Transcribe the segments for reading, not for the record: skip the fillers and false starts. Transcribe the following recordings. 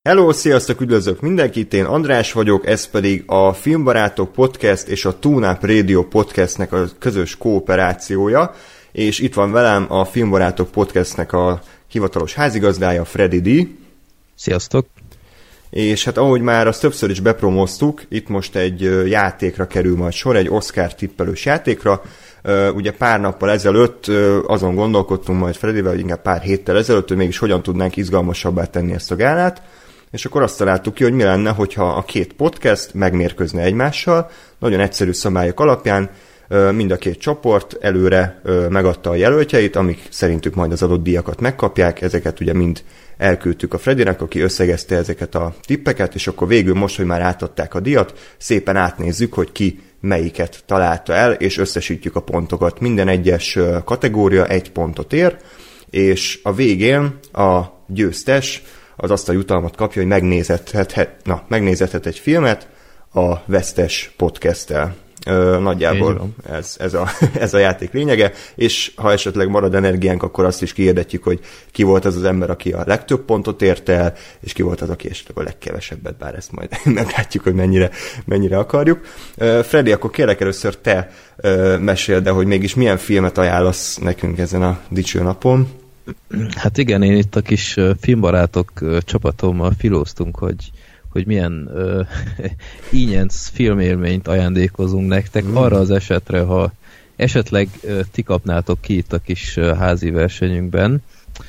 Hello, sziasztok, üdvözlök mindenkit, én András vagyok, ez pedig a Filmbarátok Podcast és a Tune Up Radio Podcastnek a közös kooperációja, és itt van velem a Filmbarátok Podcastnek a hivatalos házigazdája, Freddy D. Sziasztok! És hát ahogy már azt többször is bepromoztuk, itt most egy játékra kerül majd sor, egy Oscar tippelős játékra. Ugye pár nappal ezelőtt azon gondolkodtunk majd Freddyvel, hogy inkább pár héttel ezelőtt, hogy mégis hogyan tudnánk izgalmasabbá tenni ezt a gálát, és akkor azt találtuk ki, hogy mi lenne, hogyha a két podcast megmérkőzne egymással, nagyon egyszerű szabályok alapján, mind a két csoport előre megadta a jelöltjeit, amik szerintük majd az adott díjakat megkapják, ezeket ugye mind elküldtük a Freddynek, aki összegezte ezeket a tippeket, és akkor végül most, hogy már átadták a díjat, szépen átnézzük, hogy ki melyiket találta el, és összesítjük a pontokat. Minden egyes kategória 1 pontot ér, és a végén a győztes az azt a jutalmat kapja, hogy megnézhethet egy filmet a vesztes podcasttel. Nagyjából ez a játék lényege, és ha esetleg marad energiánk, akkor azt is kihirdetjük, hogy ki volt az az ember, aki a legtöbb pontot ért el, és ki volt az, aki esetleg a legkevesebbet, bár ezt majd meglátjuk, hogy mennyire akarjuk. Freddy, akkor kérlek először te meséld el, hogy mégis milyen filmet ajánlasz nekünk ezen a dicső napon. Hát igen, én itt a kis filmbarátok csapatommal filóztunk, hogy milyen ínyenc filmélményt ajándékozunk nektek arra az esetre, ha esetleg ti kapnátok ki itt a kis házi versenyünkben.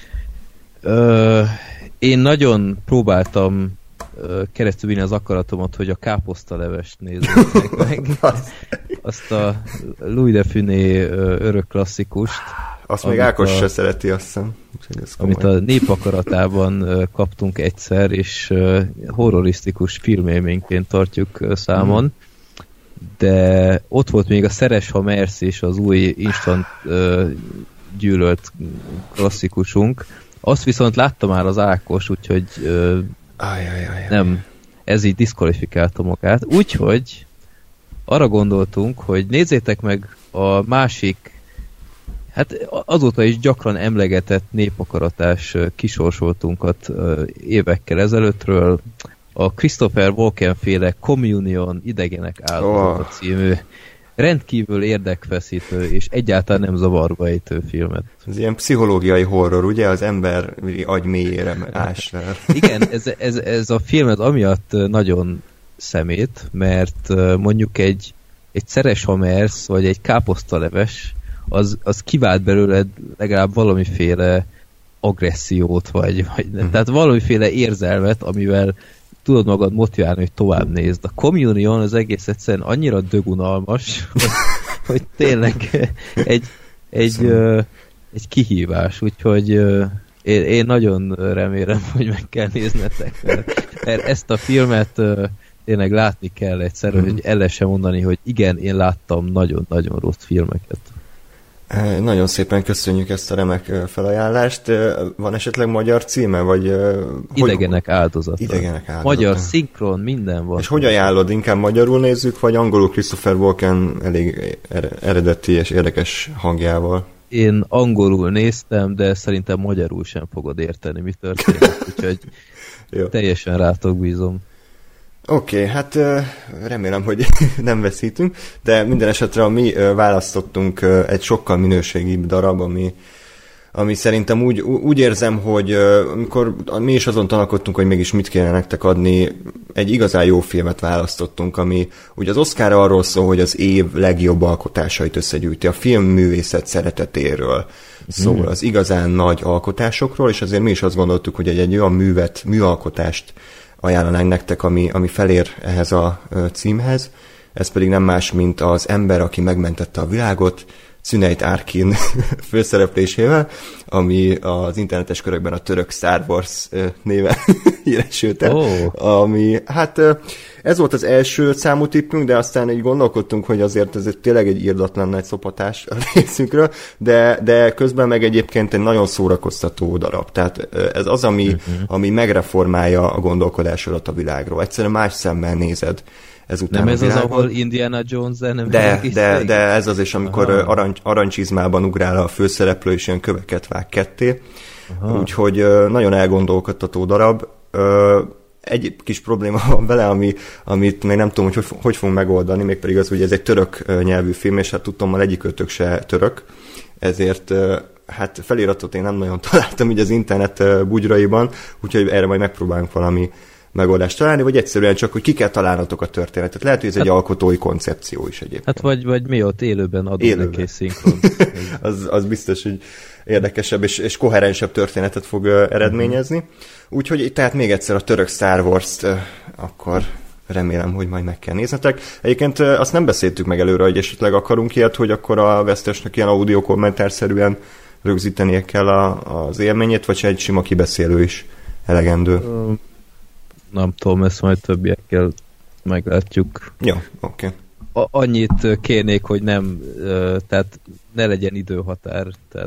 Én nagyon próbáltam keresztülvinni az akaratomat, hogy a káposztalevest nézzük meg. Azt a Louis de Funès örök klasszikust. Azt még Ákos se szereti, azt hiszem. Amit a Népakaratában kaptunk egyszer, és horrorisztikus filmélményként tartjuk számon. De ott volt még a Szeres, ha mersz, és az új instant gyűlölt klasszikusunk. Azt viszont látta már az Ákos, úgyhogy nem, ez így diszkvalifikálta magát. Úgyhogy arra gondoltunk, hogy nézzétek meg a másik, hát azóta is gyakran emlegetett népakaratás kisorsoltunkat évekkel ezelőttről, a Christopher Walken féle Communion idegenek áldozata című rendkívül érdekfeszítő és egyáltalán nem zavarba ejtő filmet. Ez ilyen pszichológiai horror, ugye? Az ember agy mélyére ás. Igen, ez a film amiatt nagyon szemét, mert mondjuk egy Szeres, ha mersz, vagy egy káposztaleves, az kivált belőled legalább valamiféle agressziót, vagy tehát valamiféle érzelmet, amivel tudod magad motiválni, hogy tovább nézd. A Communion az egész egyszerűen annyira dögunalmas, hogy tényleg egy kihívás, úgyhogy én nagyon remélem, hogy meg kell néznetek, mert ezt a filmet tényleg látni kell egyszer, hogy el lehessen mondani, hogy igen, én láttam nagyon-nagyon rossz filmeket. Nagyon szépen köszönjük ezt a remek felajánlást. Van esetleg magyar címe, vagy... Idegenek áldozata. Idegenek áldozata. Magyar, szinkron, minden van. És hogy ajánlod? Inkább magyarul nézzük, vagy angolul Christopher Walken elég eredeti és érdekes hangjával? Én angolul néztem, de szerintem magyarul sem fogod érteni, mi történik. Úgyhogy teljesen rátok bízom. Oké, hát remélem, hogy nem veszítünk, de minden esetre mi választottunk egy sokkal minőségibb darab, ami szerintem úgy érzem, hogy amikor mi is azon tanakodtunk, hogy mégis mit kéne nektek adni, egy igazán jó filmet választottunk, ami ugye az Oscar arról szól, hogy az év legjobb alkotásait összegyűjti, a filmművészet szeretetéről szól, az igazán nagy alkotásokról, és azért mi is azt gondoltuk, hogy egy olyan műalkotást ajánlanánk nektek, ami felér ehhez a címhez. Ez pedig nem más, mint Az ember, aki megmentette a világot, Cüneyt Arkin főszereplésével, ami az internetes körökben a török Star Wars néven híresült el. Ami, hát ez volt az első számú tippünk, de aztán így gondolkodtunk, hogy azért ez tényleg egy irdatlan nagy szopatás a részünkről, de közben meg egyébként egy nagyon szórakoztató darab. Tehát ez az, ami megreformálja a gondolkodásodat a világról. Egyszerűen más szemmel nézed ezután. Nem ez az, ahol Indiana Jones nem de ez az is, amikor arancsizmában ugrál a főszereplő, és ilyen köveket vág ketté. Úgyhogy nagyon elgondolkodtató darab. egy kis probléma van vele, amit még nem tudom, hogy fogunk megoldani, mégpedig az, hogy ez egy török nyelvű film, és hát tudtommal egyikőtök se török, ezért hát feliratot én nem nagyon találtam így az internet bugyraiban, úgyhogy erre majd megpróbálunk valami megoldást találni, vagy egyszerűen csak, hogy ki kell találnatok a történetet. Lehet, hogy ez egy alkotói koncepció is egyébként. Hát vagy mi ott élőben adunk neki szinkron. az biztos, hogy érdekesebb és koherensebb történetet fog eredményezni. Úgyhogy tehát még egyszer a török Star Wars-t akkor remélem, hogy majd meg kell néznetek. Egyébként azt nem beszéltük meg előre, hogy esetleg akarunk ilyet, hogy akkor a Vesztesnek ilyen audio kommentárszerűen rögzítenie kell az élményét, vagy egy sima kibeszélő is elegendő. Nem tudom, ezt majd többiekkel meglátjuk. Jó, oké. Annyit kérnék, hogy nem, tehát ne legyen időhatár, tehát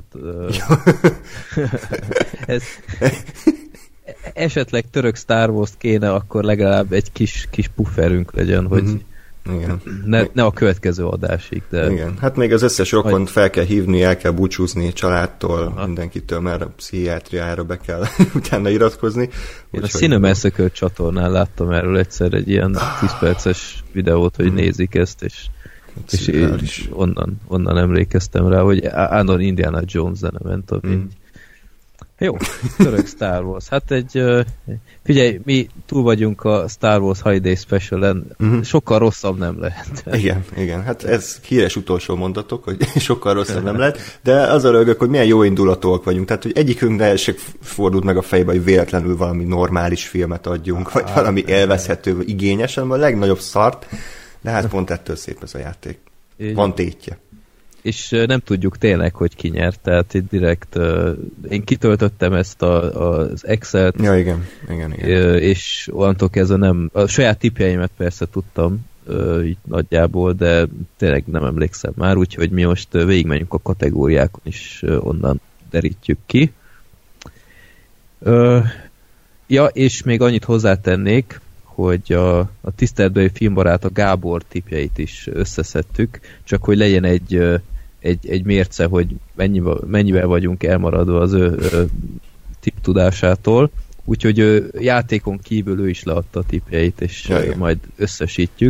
ez esetleg török Star Wars-t kéne, akkor legalább egy kis pufferünk legyen, hogy igen. Ne a következő adásig, de... Igen, hát még az összes rokont fel kell hívni, el kell búcsúzni családtól, mindenkitől, mert a pszichiátriára be kell utána iratkozni. Én a Cinemassacre csatornán láttam erről egyszer egy ilyen 10 perces videót, hogy nézik ezt, és onnan emlékeztem rá, hogy állandóan Indiana Jones zene ment a Jó, török Star Wars. Hát figyelj, mi túl vagyunk a Star Wars Holiday Special-en, sokkal rosszabb nem lehet. Igen, hát ez híres utolsó mondatok, hogy sokkal rosszabb nem lehet, de az a rögök, hogy milyen jó indulatúak vagyunk, tehát hogy egyikünknek se fordult meg a fejbe, hogy véletlenül valami normális filmet adjunk, vagy valami élvezhető, igényesen, vagy a legnagyobb szart, de hát pont ettől szép ez a játék. Van tétje. És nem tudjuk tényleg, hogy ki nyert, tehát itt direkt én kitöltöttem ezt az Excel-t, ja, igen. És onnantól kezdve nem, a saját tippjeimet persze tudtam így nagyjából, de tényleg nem emlékszem már, úgyhogy mi most végigmenjünk a kategóriákon, és onnan derítjük ki. Ja, és még annyit hozzátennék, hogy a tiszteletbeli filmbarát a Gábor tippjeit is összeszedtük, csak hogy legyen egy mérce, hogy mennyivel vagyunk elmaradva az ő tipp tudásától. Úgyhogy játékon kívül ő is leadta a tippjeit, és majd összesítjük.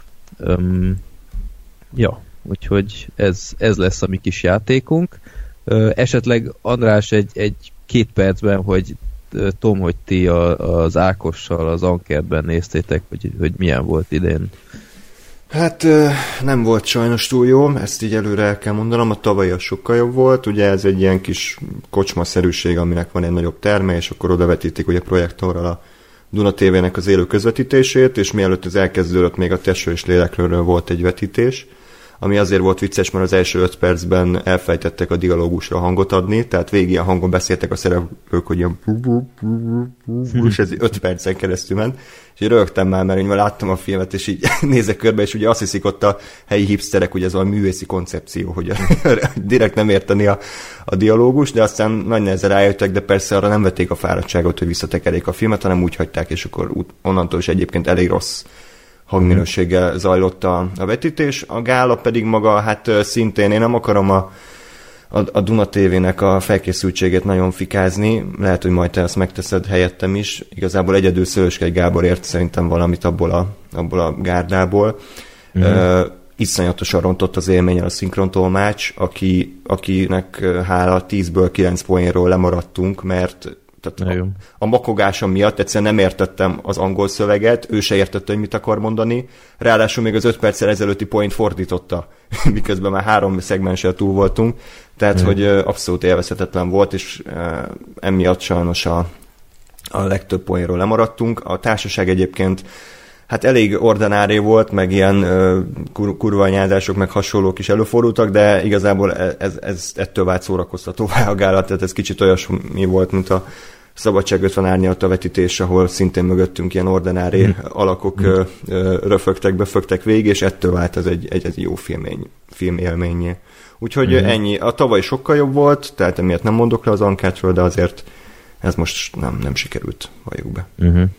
Úgyhogy ez lesz a mi kis játékunk. Esetleg András egy 2 percben, hogy Tom, hogy ti az Ákossal az ankertben néztétek, hogy milyen volt idén. Hát nem volt sajnos túl jó, ezt így előre el kell mondanom, a tavalyi az sokkal jobb volt, ugye ez egy ilyen kis kocsmaszerűség, aminek van egy nagyobb terme, és akkor oda vetítik ugye projektorral a Duna TV-nek az élő közvetítését, és mielőtt ez elkezdődött, még a Tesó és Lélekről volt egy vetítés, ami azért volt vicces, mert az első 5 percben elfejtettek a dialógusra hangot adni, tehát végig a hangon beszéltek a szereplők, hogy ilyen és ez 5 percen keresztül ment, és én rögtem már, mert én már láttam a filmet, és így nézek körbe, és ugye azt hiszik ott a helyi hipsterek, hogy ez a művészi koncepció, hogy direkt nem érteni a dialógus, de aztán nagy nehezen rájöttek, de persze arra nem vették a fáradtságot, hogy visszatekerjék a filmet, hanem úgy hagyták, és akkor onnantól is egyébként elég rossz hangminőséggel zajlott a vetítés. A gála pedig maga, hát szintén én nem akarom a Duna TV-nek a felkészültségét nagyon fikázni, lehet, hogy majd te ezt megteszed helyettem is. Igazából egyedül Szőlőskei Gábor ért szerintem valamit abból a gárdából. Iszonyatosan rontott az élményen a szinkrontolmács, akinek hála 10-ből 9 poénról lemaradtunk, mert tehát a makogásom miatt egyszerűen nem értettem az angol szöveget, ő se értette, hogy mit akar mondani, ráadásul még az 5 perccel ezelőtti point fordította, miközben már 3 szegmenssel túl voltunk, tehát hogy abszolút élvezhetetlen volt, és emiatt sajnos a legtöbb poénról lemaradtunk. A társaság egyébként hát elég ordináré volt, meg ilyen kurvanyázások, meg hasonlók is előfordultak, de igazából ez ettől vált szórakoztatóvá a gála, tehát ez kicsit olyasmi volt, mint a Szabadság 50 árnyalata vetítés, ahol szintén mögöttünk ilyen ordináré alakok röfögtek, befögtek végig, és ettől vált ez egy jó filmélményé. Úgyhogy ennyi. A tavaly sokkal jobb volt, tehát emiatt nem mondok le az ankátról, de azért ez most nem sikerült, valljuk be.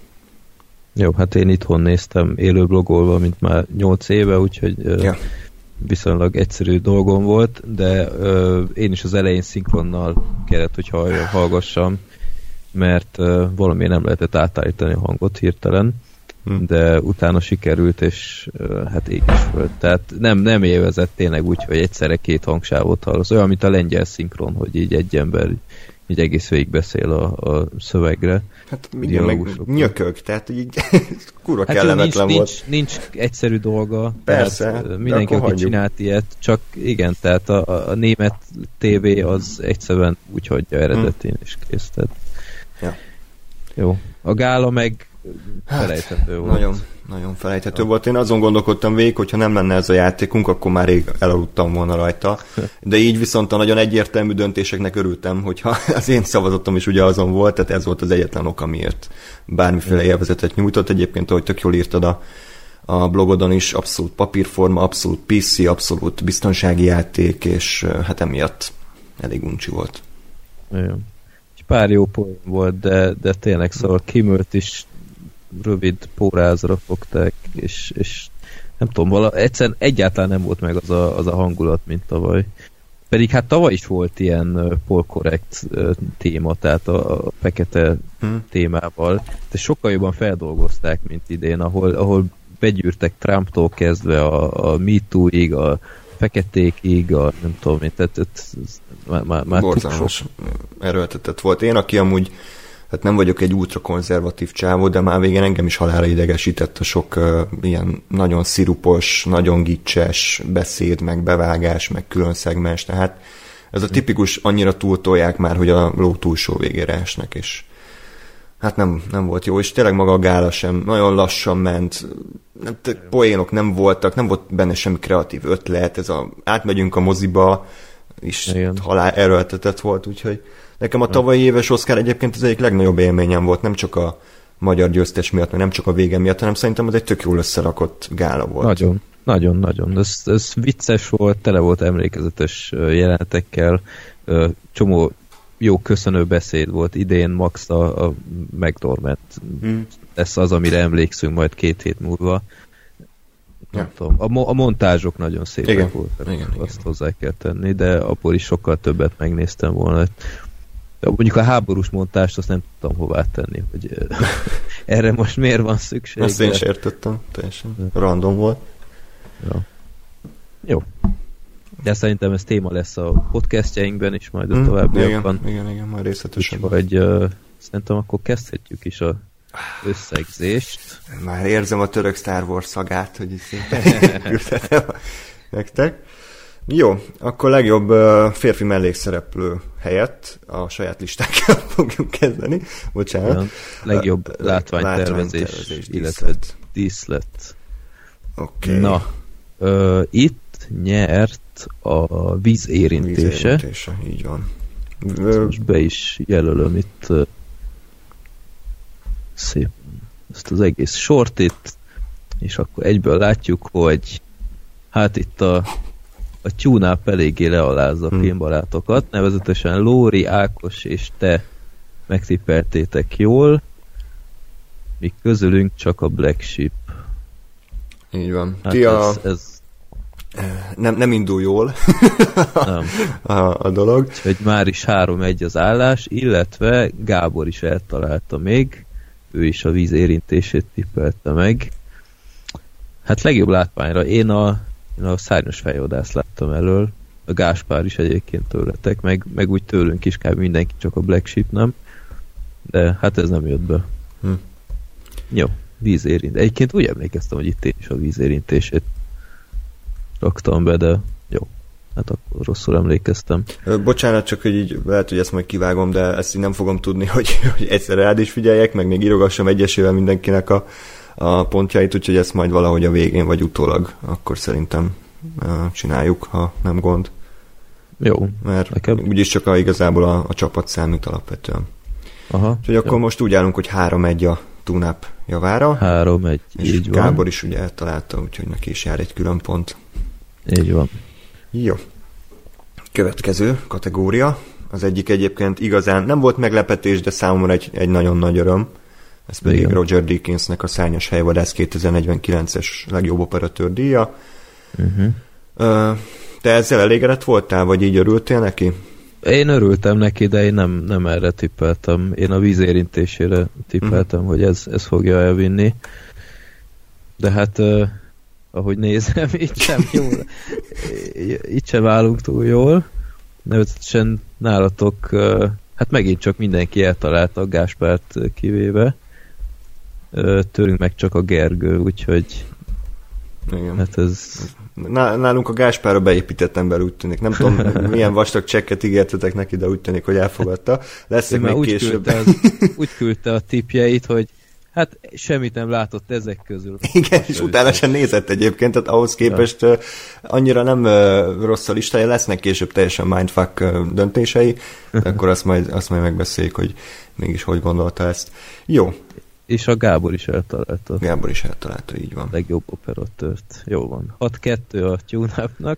Jó, hát én itthon néztem élő blogolva, mint már 8 éve, úgyhogy viszonylag egyszerű dolgom volt, de én is az elején szinkronnal kellett, hogy hallgassam, mert valamiért nem lehetett átállítani a hangot hirtelen, de utána sikerült, és hát ég is volt. Tehát nem élvezett tényleg úgy, hogy egyszerre két hangsávot hallasz. Olyan, mint a lengyel szinkron, hogy így egy ember így egész végig beszél a szövegre. Hát igen, meg nyökög, tehát így kurva hát kellemetlen volt. Nincs egyszerű dolga. Persze. Mindenki, aki csinált ilyet, csak igen, tehát a német tévé az egyszerűen úgy hagyja eredetén, és kész. Tehát. Ja. Jó. A gála meg felejthető volt. Nagyon felejthető volt. Én azon gondolkodtam végig, hogyha nem lenne ez a játékunk, akkor már rég elaludtam volna rajta. De így viszont a nagyon egyértelmű döntéseknek örültem, hogyha az én szavazatom is ugye azon volt, tehát ez volt az egyetlen ok, amiért bármiféle élvezetet nyújtott. Egyébként, ahogy tök jól írtad a blogodon is, abszolút papírforma, abszolút PC, abszolút biztonsági játék, és hát emiatt elég uncsi volt. Igen. Pár jó poén volt, de tényleg szóval Kimölt is rövid pórázra fogták, és nem tudom, egyszerűen egyáltalán nem volt meg az a hangulat, mint tavaly. Pedig hát tavaly is volt ilyen polkorrekt téma, tehát a fekete témával, de sokkal jobban feldolgozták, mint idén, ahol begyűrtek Trumptól kezdve a MeToo-ig, a feketékig, nem tudom, tehát már borzalmas erőltetett volt. Én, aki amúgy hát nem vagyok egy ultrakonzervatív csávó, de már végén engem is halálra idegesített a sok ilyen nagyon szirupos, nagyon gicses beszéd, meg bevágás, meg külön szegmens, tehát ez a tipikus, annyira túltolják már, hogy a ló túlsó végére esnek, és hát nem volt jó, és tényleg maga a gála sem, nagyon lassan ment, poénok nem voltak, nem volt benne semmi kreatív ötlet, átmegyünk a moziba, és halál erőltetett volt, úgyhogy nekem a tavalyi éves Oscar egyébként az egyik legnagyobb élményem volt, nem csak a magyar győztes miatt, meg nem csak a vége miatt, hanem szerintem az egy tök jól összerakott gála volt. Nagyon. Ez vicces volt, tele volt emlékezetes jelenetekkel, csomó jó köszönő beszéd volt idén, max a McDormand. Ez az, amire emlékszünk majd 2 hét múlva. Nem tudom. A montázsok nagyon szépek voltak, azt hozzá kell tenni, de abból is sokkal többet megnéztem volna. De mondjuk a háborús montást azt nem tudtam hová tenni, hogy erre most miért van szükség. Azt én is értettem, teljesen random volt. Ja. Jó. De szerintem ez téma lesz a podcastjainkben is, majd a továbbiakban. Igen, majd részletesen. Úgyhogy szerintem akkor kezdhetjük is a összegzést. Már érzem a török Star Wars szagát, hogy is ültetem nektek. Jó, akkor legjobb férfi mellékszereplő helyett a saját listákkal fogjuk kezdeni. Bocsánat. Ja, legjobb látványtervezés, illetve díszlet. Oké. Na, itt nyert a vízérintése. Vízérintése, így van. Most be is jelölöm itt szép ezt az egész sort itt, és akkor egyből látjuk, hogy hát itt a tune-up eléggé lealázza a filmbarátokat, nevezetesen Lóri, Ákos és te megtippeltétek jól, míg közülünk csak a Black Sheep. Így van. Hát nem indul jól nem. a dolog. Úgyhogy már is 3-1 az állás, illetve Gábor is eltalálta még, ő is a víz érintését tippelte meg. Hát legjobb látványra én a szárnyas fejvadász láttam elől, a Gáspár is egyébként tőletek, meg úgy tőlünk is kb. Mindenki, csak a Black Sheep nem, de hát ez nem jött be. Jó, vízérint. Egyébként úgy emlékeztem, hogy itt én is a vízérintését raktam be, de jó. Hát akkor rosszul emlékeztem. Bocsánat, csak hogy így lehet, hogy ezt majd kivágom, de ezt így nem fogom tudni, hogy egyszer rád is figyeljek, meg még írogassam egyesével mindenkinek a pontjait, úgyhogy ezt majd valahogy a végén vagy utólag akkor szerintem csináljuk, ha nem gond. Jó. Mert úgyis csak igazából a csapat számít alapvetően. Aha. Úgyhogy akkor most úgy állunk, hogy 3-1 a tune-up javára. 3-1, és így Gábor van. is ugye eltalálta, úgyhogy neki is jár egy külön pont. Így van. Jó. Következő kategória. Az egyik egyébként igazán nem volt meglepetés, de számomra egy nagyon nagy öröm. Ez pedig igen. Roger Deakins-nek a Szárnyas fejvadász 2049-es legjobb operatőr díja. Te ezzel elégedett voltál, vagy így örültél neki? Én örültem neki, de én nem erre tippeltem. Én a vízérintésére tippeltem, hogy ez fogja elvinni. De hát, ahogy nézem, itt sem állunk túl jól. Nevezetesen nálatok, hát megint csak mindenki eltalálta a Gáspárt kivéve. Tőlünk meg csak a Gergő, úgyhogy igen. Hát ez... Nálunk a Gáspárra beépített ember, úgy tűnik. Nem tudom, milyen vastag csekket ígértetek neki, de úgy tűnik, hogy elfogadta. Lesznek még később. Úgy küldte a tippjeit, hogy hát semmit nem látott ezek közül. Igen, és utána sem nézett egyébként, tehát ahhoz képest annyira nem rossz a listája, lesznek később teljesen mindfuck döntései, de akkor azt majd megbeszéljük, hogy mégis hogy gondolta ezt. Jó. És a Gábor is eltalálta. Gábor is eltalálta, így van. Legjobb operatőrt. Jó van. 6-2 a Tune-Up-nak.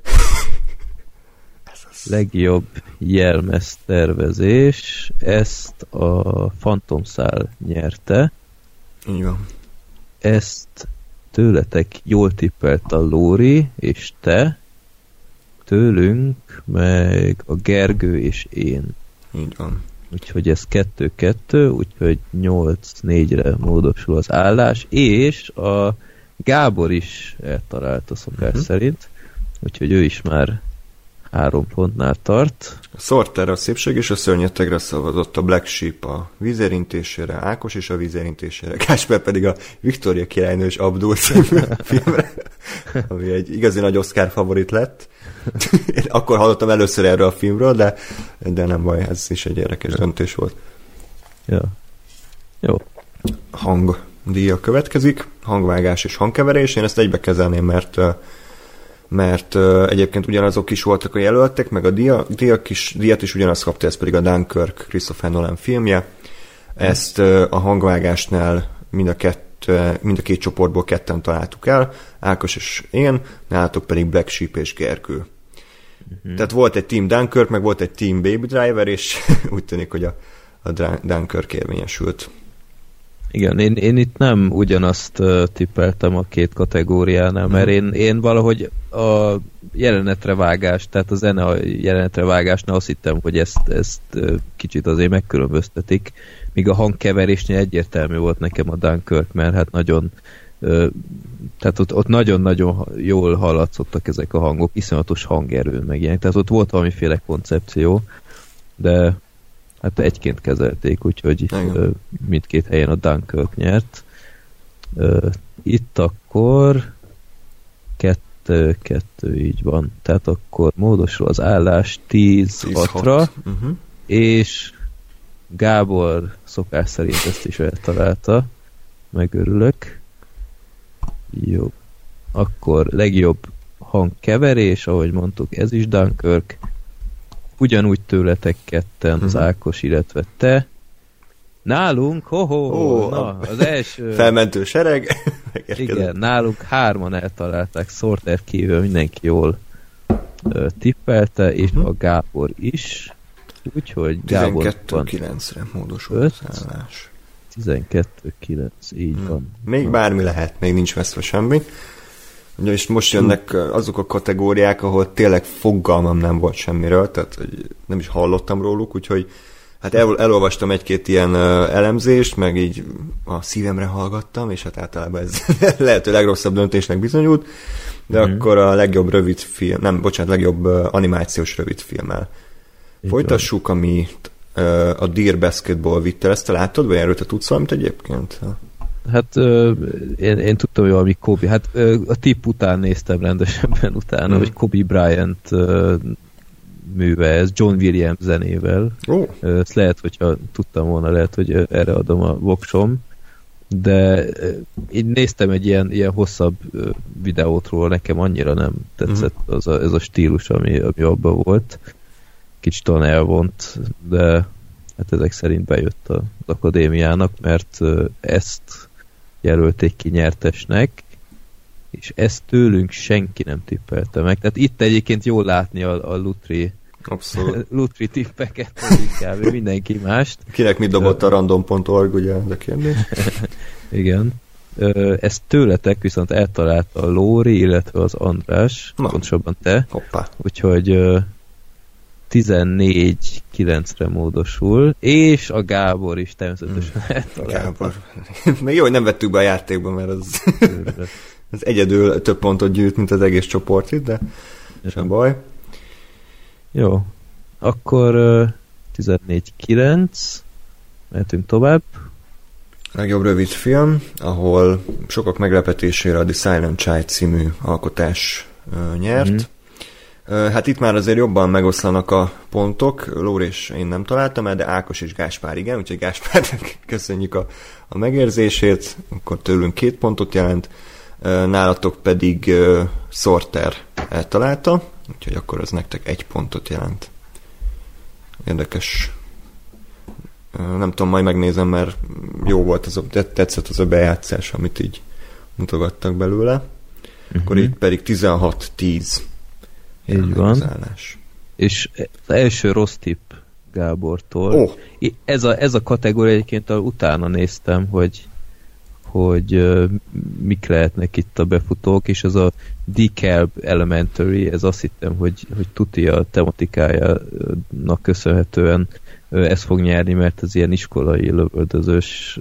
Legjobb jelmeztervezés. Ezt a Phantom Szál nyerte. Így van. Ezt tőletek jól tippelt a Lóri, és te. Tőlünk meg a Gergő és én. Így van. Úgyhogy ez 2-2, úgyhogy 8-4-re módosul az állás, és a Gábor is eltalált a szokás szerint, úgyhogy ő is már 3 pontnál tart. A Sorter a szépség és a szörnyetegre szavazott, a Black Sheep a vízérintésére, Ákos is a vízérintésére, Gáspár pedig a Viktória királynő és Abdul című filmre, ami egy igazi nagy Oscar favorit lett. Én akkor hallottam először erről a filmről, de nem baj, ez is egy érdekes döntés volt. Ja. Jó. Hangdíja következik, hangvágás és hangkeverés. Én ezt egybe kezelném, mert egyébként ugyanazok is voltak a jelöltek, meg a díjat is ugyanazt kapta, ez pedig a Dunkirk Christopher Nolan filmje. Ezt a hangvágásnál mind a két csoportból 2 találtuk el, Ákos és én, nálatok pedig Black Sheep és Gergő. Tehát volt egy Team Dunkirk, meg volt egy Team Baby Driver, és úgy tűnik, hogy a Dunkirk érvényesült. Igen, én itt nem ugyanazt tippeltem a 2 kategóriánál, mert én valahogy a jelenetre vágást, tehát a zene a jelenetre vágásnál azt hittem, hogy ezt kicsit azért megkülönböztetik, míg a hangkeverésnél egyértelmű volt nekem a Dunkirk, mert hát nagyon tehát ott nagyon-nagyon jól hallatszottak ezek a hangok, iszonyatos hangerő meg ilyenek, tehát ott volt valamiféle koncepció, de hát egyként kezelték, úgyhogy mindkét helyen a Dunkirk nyert. Itt akkor 2-2 így van. Tehát akkor módosul az állás 10-6-ra, és Gábor szokás szerint ezt is eltalálta. Megörülök. Jó. Akkor legjobb hangkeverés, ahogy mondtuk, ez is Dunkirk. Ugyanúgy tőletek 2, az Ákos, illetve te. Nálunk, na, az első... Felmentő sereg. Igen, nálunk 3-an eltalálták, Sorter kívül mindenki jól tippelte, és a Gábor is. Úgyhogy Gábor 12-9-re módosult az állás. 12-9, így van. Még bármi lehet, még nincs veszve semmi. És most jönnek azok a kategóriák, ahol tényleg fogalmam nem volt semmiről, tehát nem is hallottam róluk, úgyhogy hát elolvastam egy-két ilyen elemzést, meg így a szívemre hallgattam, és hát általában ez lehető legrosszabb döntésnek bizonyult, de akkor a legjobb legjobb animációs rövidfilmmel. Folytassuk, amit a Dear Basketball vitte. Ezt te láttad, vagy erről te tudsz valamit egyébként? Hát én tudtam, hogy valami Kobe. Hát a tipp után néztem rendesebben utána, hogy Kobe Bryant műve, ez John Williams zenével. Ezt lehet, hogyha tudtam volna, lehet, hogy erre adom a voksom. De én néztem egy ilyen hosszabb videót róla, nekem annyira nem tetszett ez a stílus, ami abban volt. Kicsit talán elvont, de hát ezek szerint bejött az akadémiának, mert ezt jelölték ki nyertesnek, és ezt tőlünk senki nem tippelte meg. Tehát itt egyébként jól látni a Lutri tippeket, inkább mindenki mást. Kinek mit dobott a random.org, ugye, de kérdés? Igen. Ezt tőletek viszont eltalálta a Lóri, illetve az András, pontosabban te. Hoppá. Úgyhogy 14-9-re módosul, és a Gábor is természetesen Gábor. Még jó, hogy nem vettük be a játékba, mert az egyedül több pontot gyűjt, mint az egész csoport itt, de sem baj. Jó. Akkor 14-9. Mehetünk tovább. Legjobb rövid film, ahol sokak meglepetésére a The Silent Child című alkotás nyert. Hát itt már azért jobban megoszlanak a pontok. Lóri és én nem találtam el, de Ákos és Gáspár igen, úgyhogy Gáspárnak köszönjük a megérzését, akkor tőlünk 2 pontot jelent, nálatok pedig Sorter eltalálta, úgyhogy akkor az nektek 1 pontot jelent. Érdekes. Nem tudom, majd megnézem, mert jó volt, tetszett az a bejátszás, amit így mutogattak belőle. Akkor itt pedig 16-10. Így van. És az első rossz tipp Gábortól. Oh. Ez a kategória egyébként utána néztem, hogy mik lehetnek itt a befutók, és ez a DeKalb Elementary, ez azt hittem, hogy tuti a tematikájának köszönhetően ez fog nyerni, mert ez ilyen iskolai lövöldözős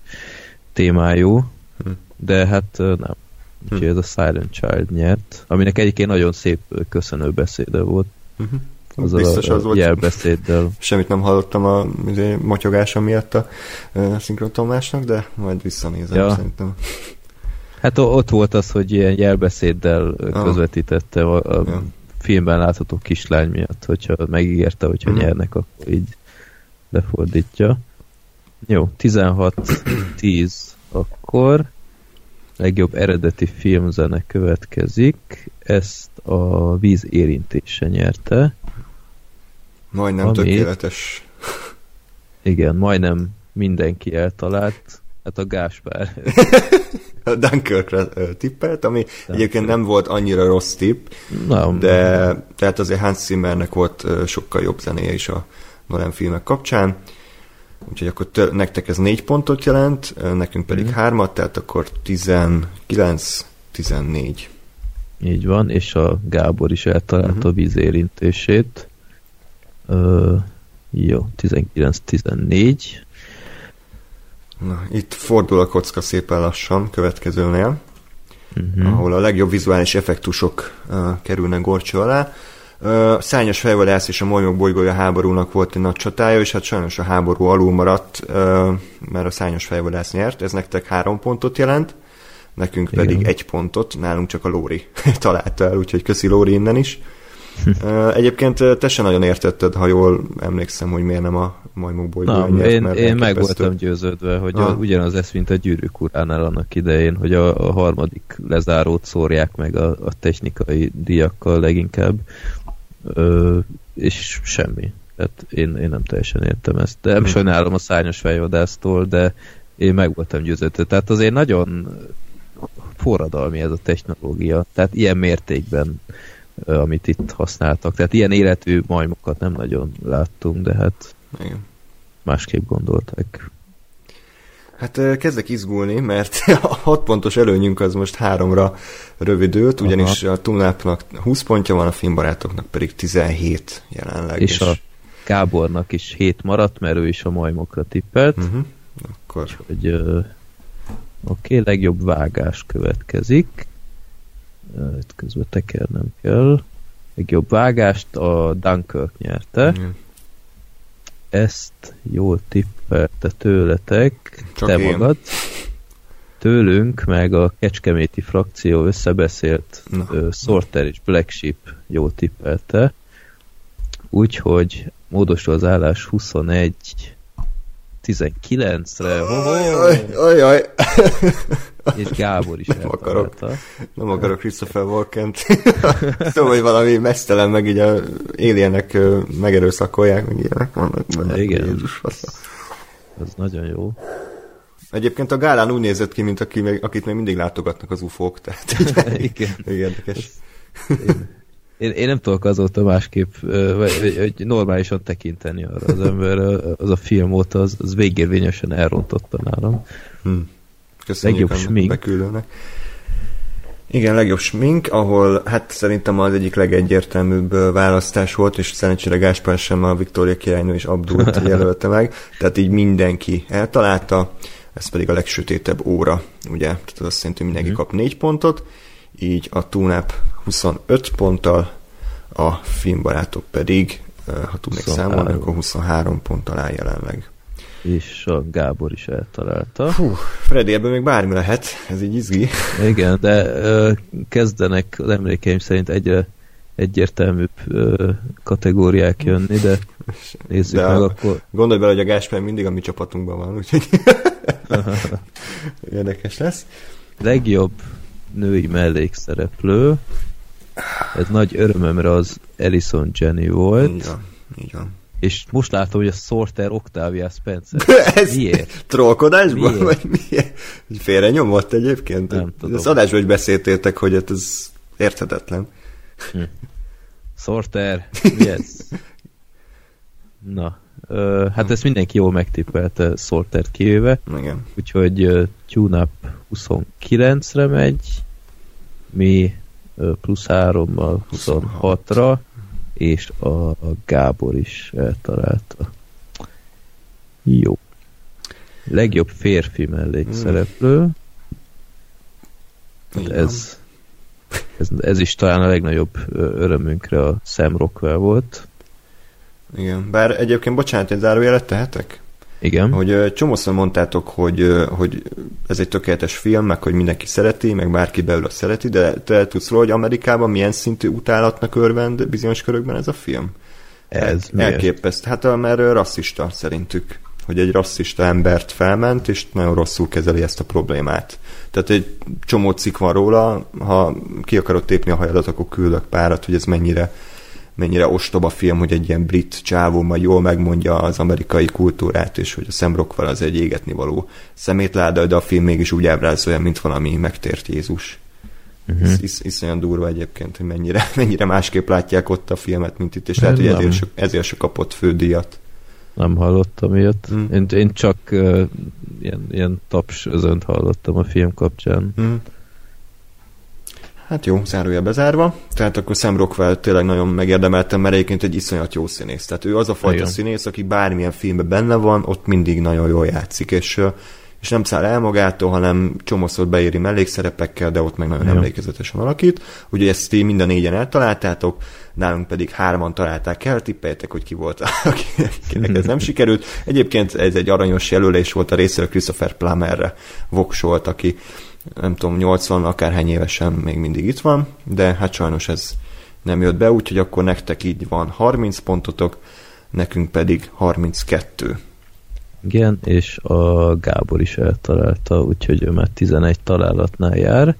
témájú, de hát nem. Úgyhogy ez a Silent Child nyert, aminek egyébként nagyon szép köszönő beszéde volt. Biztos az volt. Jelbeszéddel. Semmit nem hallottam a motyogása miatt a szinkrontomásnak, de majd visszanézem szerintem. Hát ott volt az, hogy ilyen jelbeszéddel közvetítette a filmben látható kislány miatt, hogyha megígérte, hogyha nyernek, akkor így lefordítja. Jó, 16-10 akkor legjobb eredeti filmzene következik. Ezt a Víz érintése nyerte. Majdnem tökéletes. Igen, majdnem mindenki eltalált. Hát a Gáspár. A Dunkirkre tippelt, ami egyébként nem volt annyira rossz tipp, de tehát azért Hans Zimmernek volt sokkal jobb zenéje is a Nolan filmek kapcsán. Úgyhogy akkor nektek ez 4 pontot jelent, nekünk pedig 3-at, tehát akkor 19-14. Így van, és a Gábor is eltalálta a víz érintését. Jó, 19-14. Na, itt fordul a kocka szépen lassan következőnél, ahol a legjobb vizuális effektusok kerülnek górcső alá. Szárnyas fejvadász és a Molymok bolygója háborúnak volt egy nagy csatája, és hát sajnos a háború alul maradt, mert a szárnyas fejvadász nyert. Ez nektek 3 pontot jelent, nekünk pedig 1 pontot, nálunk csak a Lóri találta el, úgyhogy köszi Lóri innen is. Egyébként te sem nagyon értetted, ha jól emlékszem, hogy miért nem a Molymok bolygója nyert. Én meg voltam győződve, hogy ugyanaz ez, mint a Gyűrűk uránál annak idején, hogy a harmadik lezárót szórják meg a technikai díjakkal leginkább, és semmi. Tehát én nem teljesen értem ezt. De nem sajnálom a szárnyas fejvadásztól, de én meg voltam győződve. Tehát azért nagyon forradalmi ez a technológia. Tehát ilyen mértékben, amit itt használtak. Tehát ilyen életű majmokat nem nagyon láttunk, de hát igen, másképp gondolták. Hát kezdek izgulni, mert a 6 pontos előnyünk az most 3-ra rövidült, ugyanis a Tunapnak 20 pontja van, a Filmbarátoknak pedig 17 jelenleg. És a Gábornak is 7 maradt, mert ő is a majmokra tippelt. Akkor... Oké, legjobb vágás következik. Itt közben tekernem kell. Legjobb vágást a Dunkirk nyerte. Ezt jól tippelte tőletek, csak te én magad. Tőlünk, meg a kecskeméti frakció összebeszélt Sorter és Black Sheep jól tippelte. Úgyhogy módosul az állás 21-19-re. Ajaj! És Gábor is eltalálta. Nem akarok Christopher Walken-t. Szóval, hogy valami mesztelen, meg így a alienek megerőszakolják, meg ilyenek vannak. Igen. Jézus, ez nagyon jó. Egyébként a gálán úgy nézett ki, mint akit még mindig látogatnak az UFO-k. Tehát igen. Érdekes. Én nem tudok azóta másképp hogy normálisan tekinteni arra az emberre. Az a film óta, az végérvényesen elrontotta nálam. Köszönjük a beküldőnek. Igen, legjobb smink, ahol hát szerintem az egyik legegyértelműbb választás volt, és szerencsére Gáspár sem, a Viktória királynő és Abdult jelölte meg, tehát így mindenki eltalálta, ez pedig a legsötétebb óra, ugye, tehát az azt jelenti, hogy mindenki kap 4 pontot, így a Túnáp 25 ponttal, a filmbarátok pedig, ha tudnék számolni, akkor 23 ponttal áll jelenleg. És a Gábor is eltalálta. Fú, Freddy, ebből még bármi lehet, ez így izgi. Igen, de kezdenek az emlékeim szerint egyre egyértelműbb kategóriák jönni, de nézzük meg akkor. Gondolj bele, hogy a Gáspár mindig a mi csapatunkban van, úgyhogy érdekes lesz. Legjobb női mellékszereplő, ez nagy örömömre az Allison Janney volt. Így van. És most látom, hogy a Sorter Octavia Spencer. Ez miért? Trollkodásban? Vagy miért? Félre nyomott egyébként? Nem tudom. Az adásban is beszéltétek, hogy ez érthetetlen. Sorter, mi ez? Na, hát ezt mindenki jól megtippelte, Sortert kivéve. Igen. Úgyhogy Tune-up 29-re megy, mi plusz 3-mal 26-ra, és a Gábor is eltalálta. Jó. Legjobb férfi mellékszereplő. Ez is talán a legnagyobb örömünkre a Sam Rockwell volt. Igen, bár egyébként, bocsánat, egy zárójelet tehetek? Igen. Hogy csomószor mondtátok, hogy ez egy tökéletes film, meg hogy mindenki szereti, meg bárki belőle szereti, de te tudsz róla, hogy Amerikában milyen szintű utálatnak örvend bizonyos körökben ez a film? Ez elképesztő. Hát mert rasszista szerintük, hogy egy rasszista embert felment, és nagyon rosszul kezeli ezt a problémát. Tehát egy csomó cikk van róla, ha ki akarod tépni a hajadat, akkor küldök párat, hogy ez mennyire ostoba film, hogy egy ilyen brit csávó majd jól megmondja az amerikai kultúrát, és hogy a Sam Rockwell az egy égetni való szemétláda, de a film mégis úgy ábrázolja, mint valami megtért Jézus. Iszonyan durva egyébként, hogy mennyire másképp látják ott a filmet, mint itt, és lehet, hogy ezért se kapott fődíjat. Nem hallottam ilyet. Én csak ilyen taps özönt hallottam a film kapcsán. Hát jó, zárója bezárva. Tehát akkor Sam Rockwell tényleg nagyon megérdemeltem, mert egyébként egy iszonyat jó színész. Tehát ő az a fajta színész, aki bármilyen filmben benne van, ott mindig nagyon jól játszik, és nem száll el magától, hanem csomószor beéri mellékszerepekkel, de ott meg nagyon emlékezetesen alakít. Ugye ezt ti mind a 4-en eltaláltátok, nálunk pedig 3-an találták el, tippeljetek, hogy ki volt, akinek ez nem sikerült. Egyébként ez egy aranyos jelölés volt a részéről, Christopher Plummerre voksolt, aki nem tudom, 80 akárhány évesen még mindig itt van, de hát sajnos ez nem jött be, úgyhogy akkor nektek így van 30 pontotok, nekünk pedig 32. Igen, és a Gábor is eltalálta, úgyhogy ő már 11 találatnál jár.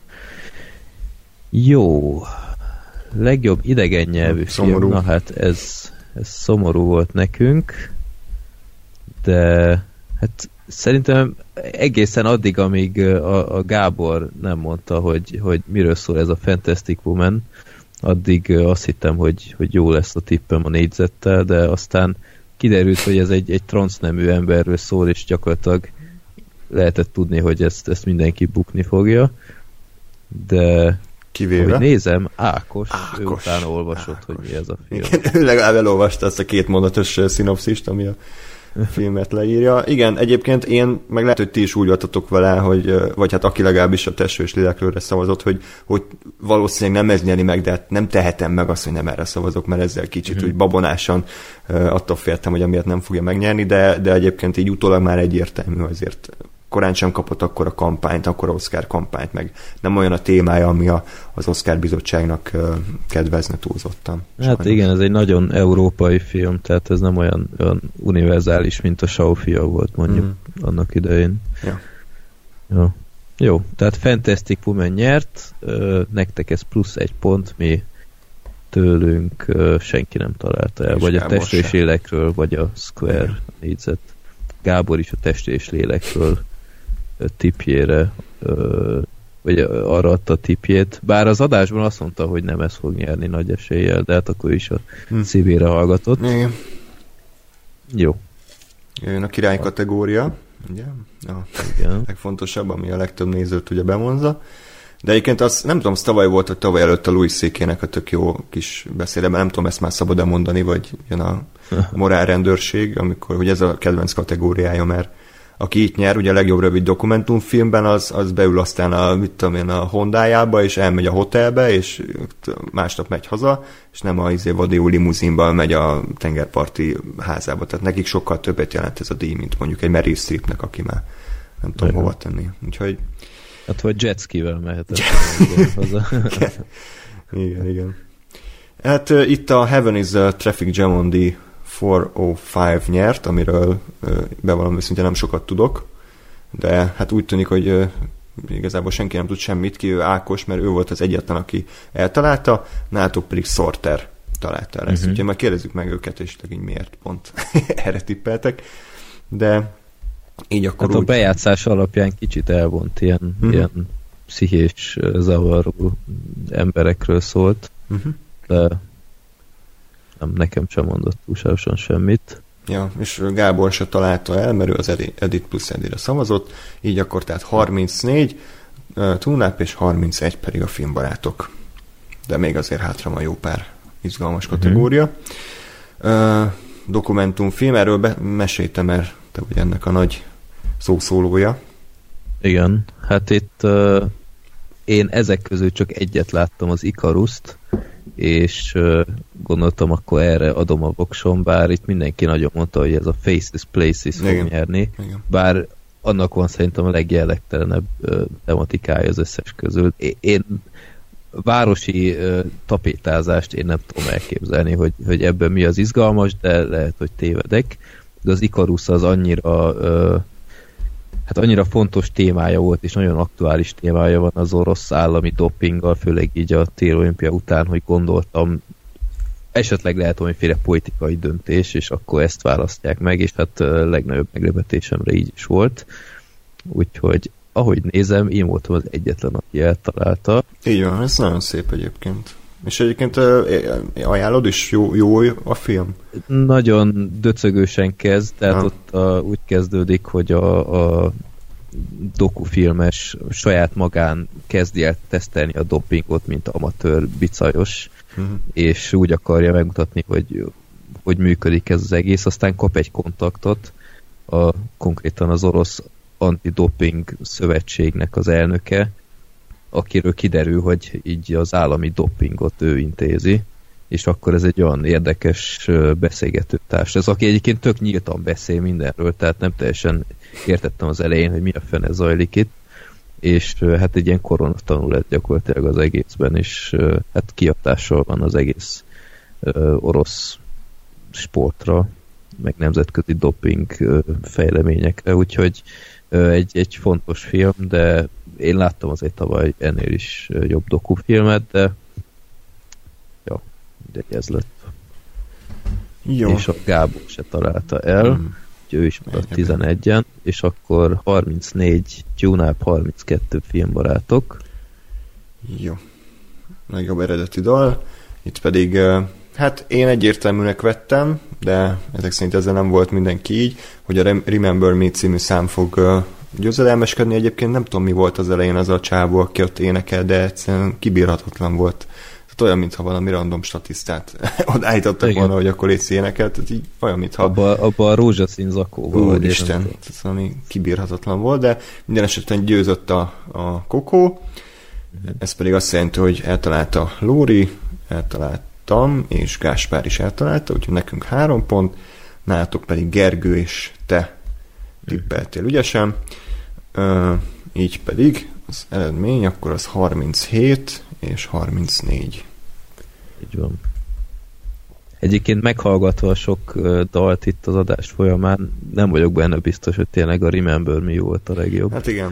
Jó. Legjobb idegen nyelvű film. Na hát ez szomorú volt nekünk, de hát szerintem egészen addig, amíg a Gábor nem mondta, hogy miről szól ez a Fantastic Woman, addig azt hittem, hogy jó lesz a tippem a négyzettel, de aztán kiderült, hogy ez egy transznemű emberről szól, és gyakorlatilag lehetett tudni, hogy ezt mindenki bukni fogja. De kivéve? Ahogy nézem, Ákos, ő utána olvasott, hogy mi ez a film. Igen, ő legalább elolvasta azt a 2 mondatos szinopszist, ami a filmet leírja. Igen, egyébként én, meg lehet, hogy ti is úgy voltatok vele, hogy, vagy hát aki legalábbis a Testről és Lélekről szavazott, hogy valószínűleg nem ez nyeri meg, de hát nem tehetem meg azt, hogy nem erre szavazok, mert ezzel kicsit úgy babonásan attól féltem, hogy amiatt nem fogja megnyerni, de egyébként így utólag már egyértelmű, azért korán sem kapott akkor a kampányt, akkor Oscar kampányt, meg nem olyan a témája, ami az Oscar bizottságnak kedvezne túlzottan. Hát igen, ez egy nagyon európai film, tehát ez nem olyan univerzális, mint a Saufia volt mondjuk annak idején. Ja. Jó, tehát Fantastic Woman nyert, nektek ez plusz 1 pont, mi tőlünk senki nem találta el, vagy a Test és Lélekről, vagy a Square négyzet. Gábor is a Test és Lélekről tippjére, vagy arra adta a tippjét. Bár az adásban azt mondta, hogy nem ez fog nyerni nagy eséllyel, de hát akkor is a szívére hallgatott. Igen. Jó. Jön a király kategória, ugye? Igen. Legfontosabb, ami a legtöbb nézőt ugye bevonza. De egyébként az, nem tudom, az tavaly volt, hogy tavaly előtt a Louis C.K.-nek a tök jó kis beszéde, mert nem tudom, ezt már szabad-e mondani, vagy jön a morálrendőrség, amikor, hogy ez a kedvenc kategóriája, mert aki itt nyer, ugye a legjobb rövid dokumentumfilmben, az beül aztán a Hondájába, és elmegy a hotelbe, és másnap megy haza, és nem a vadió limuzinban megy a tengerparti házába. Tehát nekik sokkal többet jelent ez a díj, mint mondjuk egy Meryl Streepnek, aki már nem tudom hova tenni. Úgyhogy... Hát vagy jetskivel mehetett haza. Igen. Hát itt a Heaven is a Traffic Jam on the 405 nyert, amiről bevallom őszintén nem sokat tudok, de hát úgy tűnik, hogy igazából senki nem tud semmit ki, ő Ákos, mert ő volt az egyetlen, aki eltalálta, nálatok pedig Sorter találta el ezt. Úgyhogy majd kérdezzük meg őket, és így miért pont erre tippeltek, de így akkor hát úgy... a bejátszás alapján kicsit elvont ilyen pszichés zavaró emberekről szólt, de nem, nekem sem mondott túlságosan semmit. Ja, és Gábor se találta el, mert ő az Edit plusz Edire szavazott, így akkor tehát 34 Túlnáp és 31 pedig a Filmbarátok. De még azért hátra van jó pár izgalmas kategória. Dokumentumfilm, erről meséltem, mert te vagy ennek a nagy szószólója. Igen, hát itt én ezek közül csak egyet láttam, az Icarust, és gondoltam, akkor erre adom a voksom, bár itt mindenki nagyon mondta, hogy ez a Faces, Places fog nyerni, bár annak van szerintem a legjellegtelenebb tematikája az összes közül. Én városi tapétázást én nem tudom elképzelni, hogy ebben mi az izgalmas, de lehet, hogy tévedek, de az Icarus az annyira annyira fontos témája volt, és nagyon aktuális témája van az orosz állami dopinggal, főleg így a téli olimpia után, hogy gondoltam, esetleg lehet valamiféle politikai döntés, és akkor ezt választják meg, és hát legnagyobb meglepetésemre így is volt. Úgyhogy, ahogy nézem, én voltam az egyetlen, aki eltalálta. Így van, ez nagyon szép egyébként. És egyébként ajánlod is? Jó a film? Nagyon döcögősen kezd, tehát ott úgy kezdődik, hogy a dokufilmes saját magán kezdi el tesztelni a dopingot, mint amatőr bicajos, és úgy akarja megmutatni, hogy működik ez az egész, aztán kap egy kontaktot, konkrétan az orosz antidoping szövetségnek az elnöke, akiről kiderül, hogy így az állami dopingot ő intézi, és akkor ez egy olyan érdekes beszélgetőtárs. Ez aki egyébként tök nyíltan beszél mindenről, tehát nem teljesen értettem az elején, hogy mi a fene zajlik itt, és hát egy ilyen koronatanul lett gyakorlatilag az egészben, és hát kihatással van az egész orosz sportra, meg nemzetközi doping fejleményekre, úgyhogy egy fontos film, de én láttam azért tavaly ennél is jobb dokufilmet, de de ez lett. Jó. És a Gábor se találta el, úgyhogy ő is maradt 11-en, és akkor 34 Tune-Up, 32 Filmbarátok. Jó. Legjobb eredeti dal. Itt pedig, hát én egyértelműnek vettem, de ezek szerint ezzel nem volt mindenki így, hogy a Remember Me című szám fog győzedelmeskedni. Egyébként nem tudom, mi volt az elején az a csávó, aki ott énekel, de egyszerűen kibírhatatlan volt. Olyan, mintha valami random statisztát odállítottak volna, hogy akkor légy énekelt, tehát így olyan, mintha... Abba a rózsaszín zakóval. Úristen, ez valami kibírhatatlan volt, de minden esetben győzött a Kokó, ez pedig azt jelenti, hogy eltalálta Lóri, eltaláltam, és Gáspár is eltalálta, úgyhogy nekünk 3 pont, nálatok pedig Gergő és te tippeltél ügyesen, így pedig az eredmény, akkor az 37 és 34. Így van. Egyébként meghallgatva a sok dalt itt az adás folyamán, nem vagyok benne biztos, hogy tényleg a Remember Me volt a legjobb. Hát igen.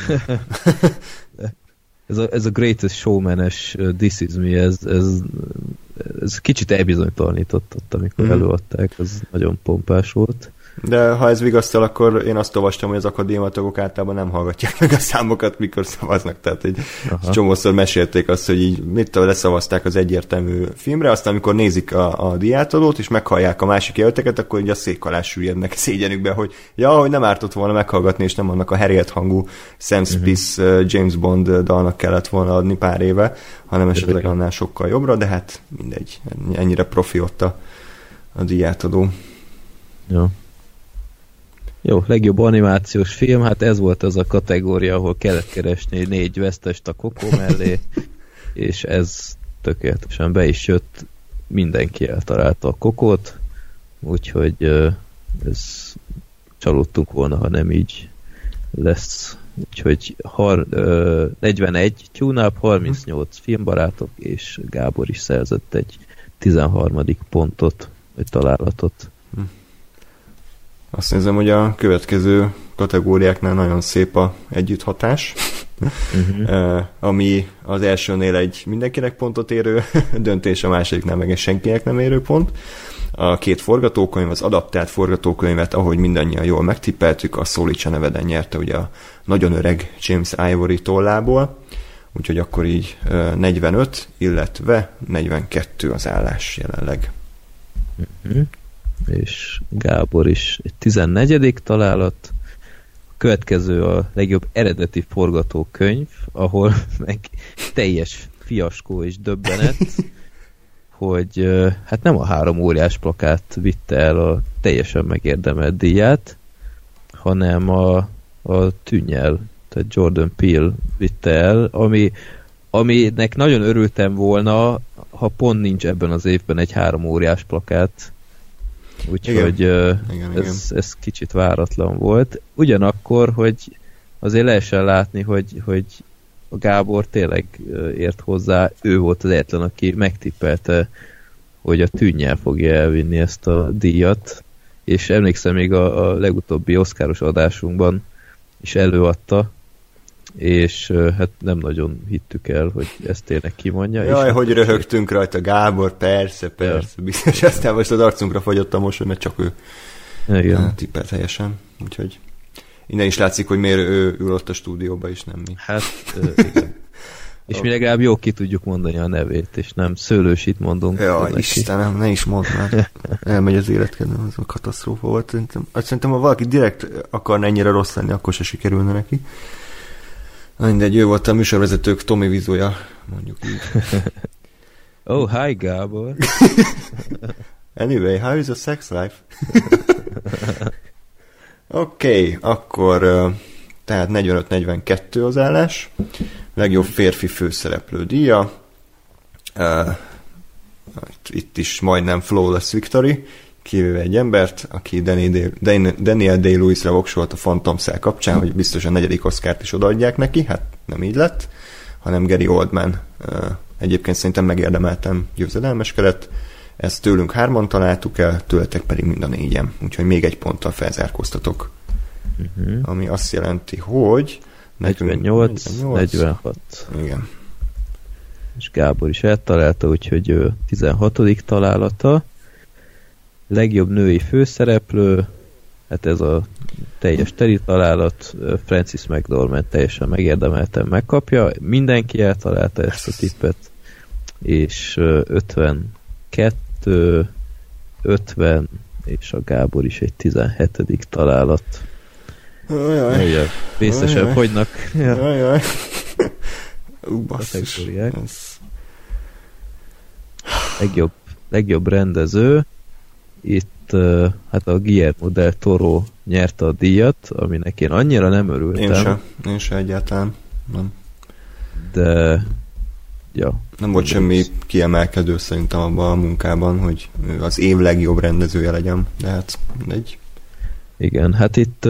ez a Greatest Showman-es This Is Me, ez kicsit elbizonytalanított ott, amikor előadták, ez nagyon pompás volt. De ha ez vigasztal, akkor én azt olvastam, hogy az akadémiatagok általában nem hallgatják meg a számokat, mikor szavaznak. Tehát egy csomószor mesélték azt, hogy így leszavazták az egyértelmű filmre, aztán amikor nézik a díjátadót, és meghallják a másik jelölteket, akkor így a szék alá süllyednek szégyenükbe, hogy hogy nem ártott volna meghallgatni, és nem annak a Harriet hangú Sam Smith James Bond dalnak kellett volna adni pár éve, hanem esetleg annál sokkal jobbra, de hát mindegy, ennyire profi ott a díjátadó. Jó, legjobb animációs film, hát ez volt az a kategória, ahol kellett keresni 4 vesztest a Coco mellé, és ez tökéletesen be is jött, mindenki eltalálta a Cocót, úgyhogy ez csalódtunk volna, ha nem így lesz. Úgyhogy 41 tune-up, 38 filmbarátok, és Gábor is szerzett egy 13. pontot, vagy találatot. Azt nézem, hogy a következő kategóriáknál nagyon szép a együtthatás, ami az elsőnél egy mindenkinek pontot érő döntés, a másodiknál meg egy senkinek nem érő pont. A 2 forgatókönyv, az adaptált forgatókönyvet, ahogy mindannyian jól megtippeltük, a Szólítsa neveden nyerte ugye a nagyon öreg James Ivory tollából, úgyhogy akkor így 45, illetve 42 az állás jelenleg. És Gábor is egy 14. találat. A következő a legjobb eredeti forgatókönyv, ahol meg teljes fiaskó és döbbenet, hogy hát nem a 3 óriás plakát vitte el a teljesen megérdemelt díját, hanem a Tűnnyel, tehát Jordan Peele vitte el, aminek nagyon örültem volna, ha pont nincs ebben az évben egy 3 óriás plakát. Úgyhogy ez kicsit váratlan volt. Ugyanakkor, hogy azért lehessen látni, hogy a Gábor tényleg ért hozzá, ő volt az egyetlen, aki megtippelte, hogy a Tűnnyel fogja elvinni ezt a díjat, és emlékszem még a legutóbbi Oscaros adásunkban is előadta, és hát nem nagyon hittük el, hogy ezt tényleg kimondja. Jaj, és hogy röhögtünk rajta, Gábor, persze, biztos, aztán most az arcunkra fogyott a mosoly, mert csak ő tippelt helyesen, úgyhogy innen is látszik, hogy miért ő ül ott a stúdióba, és nem mi. Hát, igen. És mi legalább jó ki tudjuk mondani a nevét, és nem Szőlősit mondunk. Jaj, Istenem, ne is mondd már. Elmegy az életkedvem, ez a katasztrófa volt. Szerintem, ha valaki direkt akarna ennyire rossz lenni, akkor se sikerülne neki. Mindegy, ő volt a műsorvezetők Tomi Vizója, mondjuk így. Oh, hi Gábor. Anyway, how is a sex life? Oké, akkor tehát 45-42 az állás. Legjobb férfi főszereplő díja. Itt is majdnem flawless victory, kivéve egy embert, aki Daniel Day-Lewisra voksolt a Phantom Cell kapcsán, hogy biztos a 4. Oscart is odaadják neki, hát nem így lett, hanem Gary Oldman. Egyébként szerintem megérdemeltem győzedelmeskedett. Ezt tőlünk 3-an találtuk el, tőletek pedig mind a 4-en. Úgyhogy még egy ponttal felzárkóztatok. Ami azt jelenti, hogy 48, 46. Igen. És Gábor is eltalálta, úgyhogy 16. találata. Legjobb női főszereplő, hát ez a teljes teri találat, Frances McDormand teljesen megérdemelten megkapja, mindenki eltalálta ezt a tippet, és 52, 50, és a Gábor is egy 17. találat. Ajaj. Vészesen fogynak. Ajaj. Basszus. Legjobb rendező. Itt hát a Guillermo del Toro nyerte a díjat, aminek én annyira nem örültem. Én se egyáltalán. Nem. De ja. Nem volt semmi kiemelkedő szerintem abban a munkában, hogy az év legjobb rendezője legyen, de hát mindegy. Igen, hát itt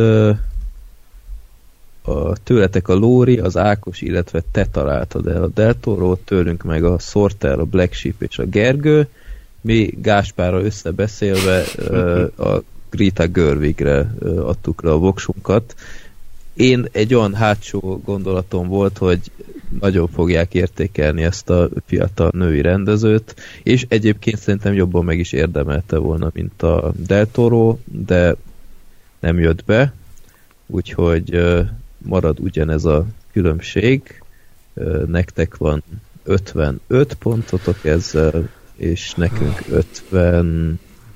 tőletek a Lóri, az Ákos, illetve te találtad el a Del Toro, tőlünk meg a Sorter, a Black Sheep és a Gergő. Mi Gáspárral összebeszélve a Greta Gerwigre adtuk le a voksunkat. Én egy olyan hátsó gondolatom volt, hogy nagyon fogják értékelni ezt a fiatal női rendezőt, és egyébként szerintem jobban meg is érdemelte volna, mint a Del Toro, de nem jött be, úgyhogy marad ugyanez a különbség. Nektek van 55 pontotok ezzel, és nekünk 53.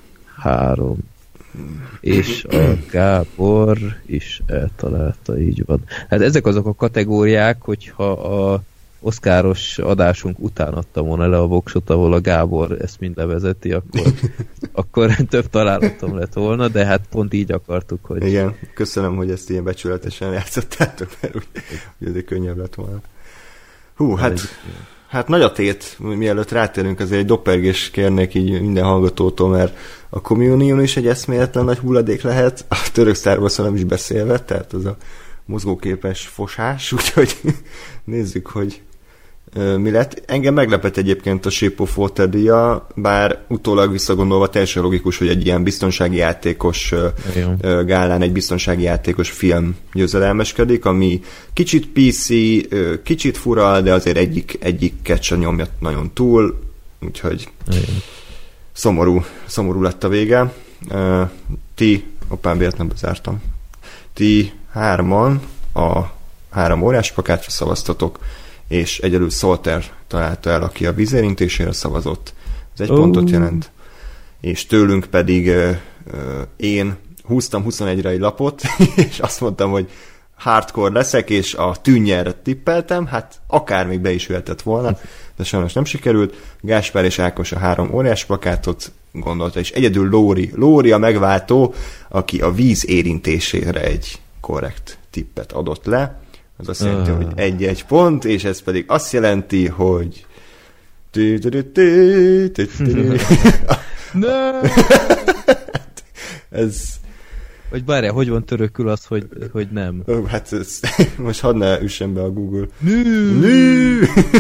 És a Gábor is eltalálta, így van. Hát ezek azok a kategóriák, hogyha a oszkáros adásunk után adtam volna le a voksot, ahol a Gábor ezt mind levezeti, akkor több találatom lett volna, de hát pont így akartuk, hogy... Igen, köszönöm, hogy ezt ilyen becsületesen játszottátok, mert úgy azért könnyebb lett volna. Hú, hát nagy a tét, mielőtt rátérünk, azért egy doppergés kérnék így minden hallgatótól, mert a Communion is egy eszméletlen nagy hulladék lehet, a török Star Wars-on nem is beszélve, tehát az a mozgóképes fosás, úgyhogy nézzük, hogy mi lett. Engem meglepett egyébként a Shape of Water díja, bár utólag visszagondolva teljesen logikus, hogy egy ilyen biztonsági játékos gálán egy biztonsági játékos film győzedelmeskedik, ami kicsit PC, kicsit fura, de azért egyiket sem nyomja nagyon túl, úgyhogy szomorú lett a vége. Véletlenül bezártam. Ti 3-an a 3 óriásplakátra szavaztatok, és egyedül Solter találta el, aki a vízérintésére szavazott. Ez egy pontot jelent. És tőlünk pedig én húztam 21-re egy lapot, és azt mondtam, hogy hardcore leszek, és a tűnnyelre tippeltem, hát akár még be is jöhetett volna, de sajnos nem sikerült. Gáspár és Ákos a 3 óriás plakátot gondolta, és egyedül Lóri a megváltó, aki a víz érintésére egy korrekt tippet adott le. Az azt jelenti, hogy 1-1 pont, és ez pedig azt jelenti, hogy ez... Vagy bárjál, hogy van törökül az, hogy nem? Hát most hadd ne üssen be a Google. Nű!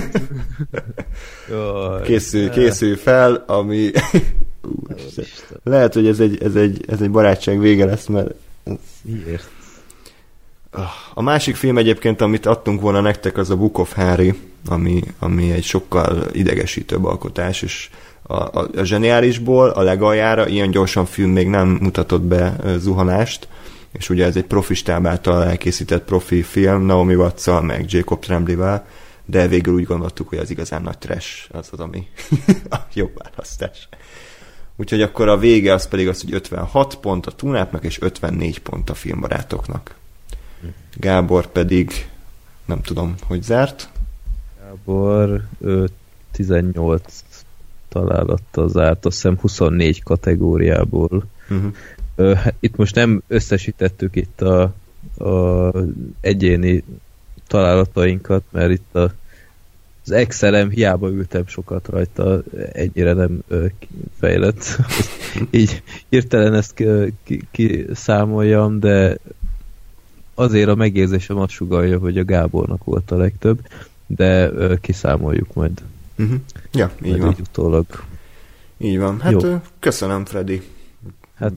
Készülj fel, ami... Lehet, hogy ez egy barátság vége lesz, mert... Miért? A másik film egyébként, amit adtunk volna nektek, az a Book of Henry, ami egy sokkal idegesítőbb alkotás, és a zseniálisból a legaljára ilyen gyorsan film még nem mutatott be zuhanást, és ugye ez egy profi stáb által elkészített profi film, Naomi Watts-szal, meg Jacob Tremblay-vel, de végül úgy gondoltuk, hogy az igazán nagy trash az, ami a jobb választás. Úgyhogy akkor a vége az pedig az, hogy 56 pont a Túnápnak, és 54 pont a filmbarátoknak. Gábor pedig nem tudom, hogy zárt. Gábor 18 találattal zárt, azt hiszem 24 kategóriából. Itt most nem összesítettük itt a egyéni találatainkat, mert itt az Excelem, hiába ültem sokat rajta, ennyire nem fejlett. Így hirtelen ezt kiszámoljam, de azért a megérzésem azt sugallja, hogy a Gábornak volt a legtöbb, de kiszámoljuk majd. Ja, így van. Így utólag. Így van. Hát köszönöm, Freddy. Hát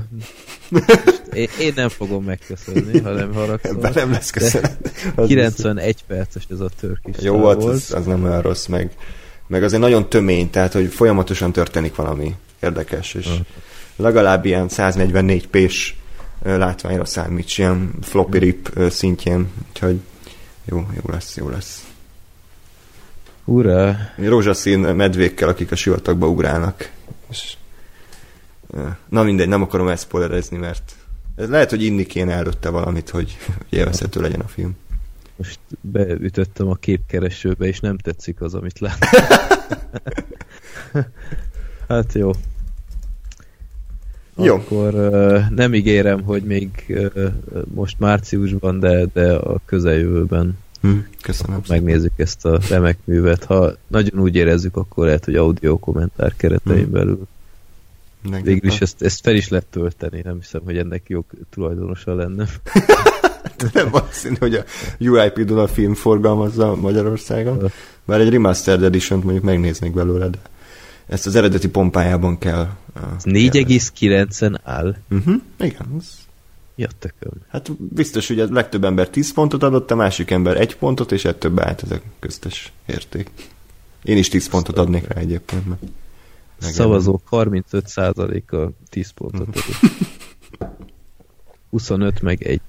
én nem fogom megköszönni, ha nem haragszol. Nem lesz köszönet. 91 perces ez a Turkish jó volt, az nem olyan rossz, meg azért nagyon tömény, tehát hogy folyamatosan történik valami érdekes, és legalább ilyen 144 p-s látványra számít, ilyen floppy rip szintjén, úgyhogy jó lesz. Ura! Rózsaszín medvékkel, akik a sivatagba ugrálnak. És, na mindegy, nem akarom elszpoilerezni, mert lehet, hogy inni kéne előtte valamit, hogy élvezhető legyen a film. Most beütöttem a képkeresőbe, és nem tetszik az, amit lát. Hát jó. Jó. Akkor nem ígérem, hogy még most márciusban, de a közeljövőben köszönöm. Megnézzük ezt a remek művet. Ha nagyon úgy érezzük, akkor lehet, hogy audio kommentár keretein belül. Végül is ezt fel is lehet tölteni. Nem hiszem, hogy ennek jog tulajdonosa lenne. Nem valószínű, hogy a UIP Duna film forgalmazza Magyarországon. Bár egy remastered edition-t mondjuk megnéznék belőle, de ezt az eredeti pompájában kell. 4,9-en áll. Igen. Ja, tököm. Hát biztos, hogy a legtöbb ember 10 pontot adott, a másik ember 1 pontot, és ettől állt ez a köztes érték. Én is 10 pontot adnék rá egyébként. Szavazók 35%-a 10 pontot adott. 25 meg 1.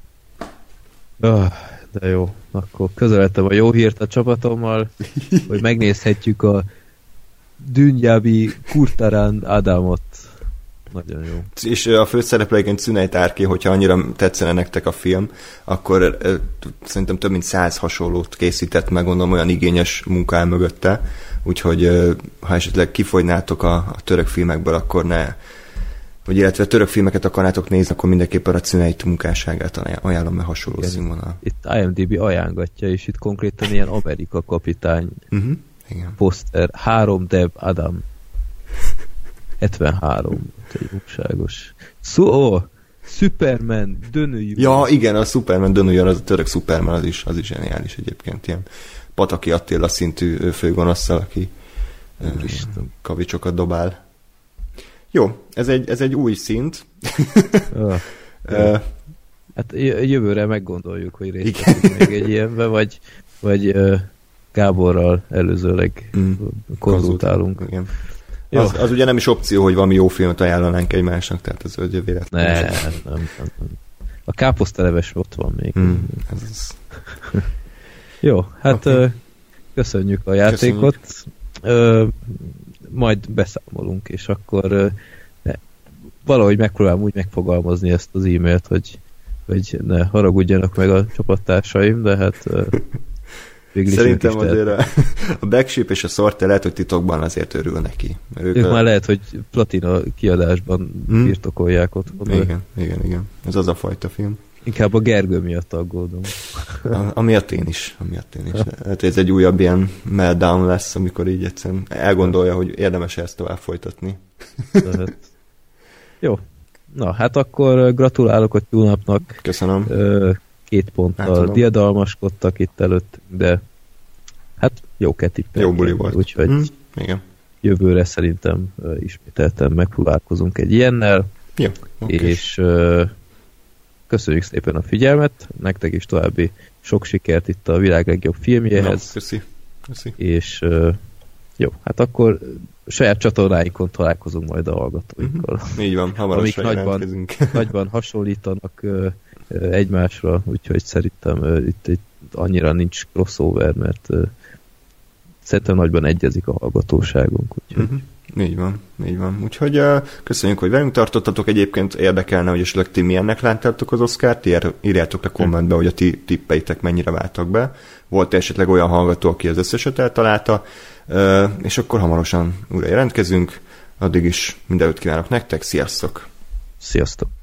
De jó, akkor közöltem a jó hírt a csapatommal, hogy megnézhetjük a Dünjabi Kurtaran Adamot. Nagyon jó. És a főszereplőként Cüneyt Árki, hogyha annyira tetszene nektek a film, akkor szerintem több mint 100 hasonlót készített meg, gondolom olyan igényes munka áll mögötte, úgyhogy ha esetleg kifogynátok a török filmekből, akkor ne, vagy illetve török filmeket akarnátok nézni, akkor mindenképpen a Cüneyt munkásságát ajánlom, mert hasonló színvonal. Itt IMDb ajánlatja, és itt konkrétan ilyen Amerika kapitány poszter. 3 Deb Adam 73. Újságos. Superman dönőjük. Ja, igen, a Superman dönőjük, az a török Superman, az is zseniális egyébként. Ilyen Pataki Attila szintű főgonosszal, aki kavicsokat dobál. Jó, ez egy új szint. Hát jövőre meggondoljuk, hogy részt veszünk még egy ilyenbe, vagy Gáborral előzőleg konzultálunk. Igen. Az ugye nem is opció, hogy valami jó filmet ajánlanánk egymásnak, tehát ez ugye véletlen. Nem. A káposztaleves ott van még. Jó, hát köszönjük a játékot. Majd beszámolunk, és akkor valahogy megpróbálom úgy megfogalmazni ezt az e-mailt, hogy ne haragudjanak meg a csapattársaim, de hát szerintem azért a Backship és a Sorter lehet, hogy titokban azért örül neki. Ők már lehet, hogy platina kiadásban birtokolják otthon. Igen. Ez az a fajta film. Inkább a Gergő miatt aggódom. Amiatt én is. Hát ez egy újabb ilyen meltdown lesz, amikor így egyszerűen elgondolja, hogy érdemes ezt tovább folytatni. Jó. Na, hát akkor gratulálok a Tyúnapnak. Köszönöm. 2 ponttal diadalmaskodtak itt előtt, de hát jó tippelni. Jó buli volt. Úgyhogy igen. Jövőre szerintem ismételten megpróbálkozunk egy ilyennel. Jó. És köszönjük szépen a figyelmet, nektek is további sok sikert itt a világ legjobb filmjéhez. Köszi. És jó, hát akkor saját csatornáinkon találkozunk majd a hallgatóinkkal. Így van, hamarosan jelentkezünk. Nagyban hasonlítanak egymásra, úgyhogy szerintem itt annyira nincs crossover, mert szerintem nagyban egyezik a hallgatóságunk. Úgyhogy... Így van. Úgyhogy köszönjük, hogy velünk tartottatok. Egyébként érdekelne, hogy esetleg ti milyennek láttátok az Oscart, írjátok le kommentbe, hogy a ti tippeitek mennyire váltak be. Volt esetleg olyan hallgató, aki az összeset eltalálta, és akkor hamarosan újra jelentkezünk. Addig is mindenütt kívánok nektek, sziasztok! Sziasztok!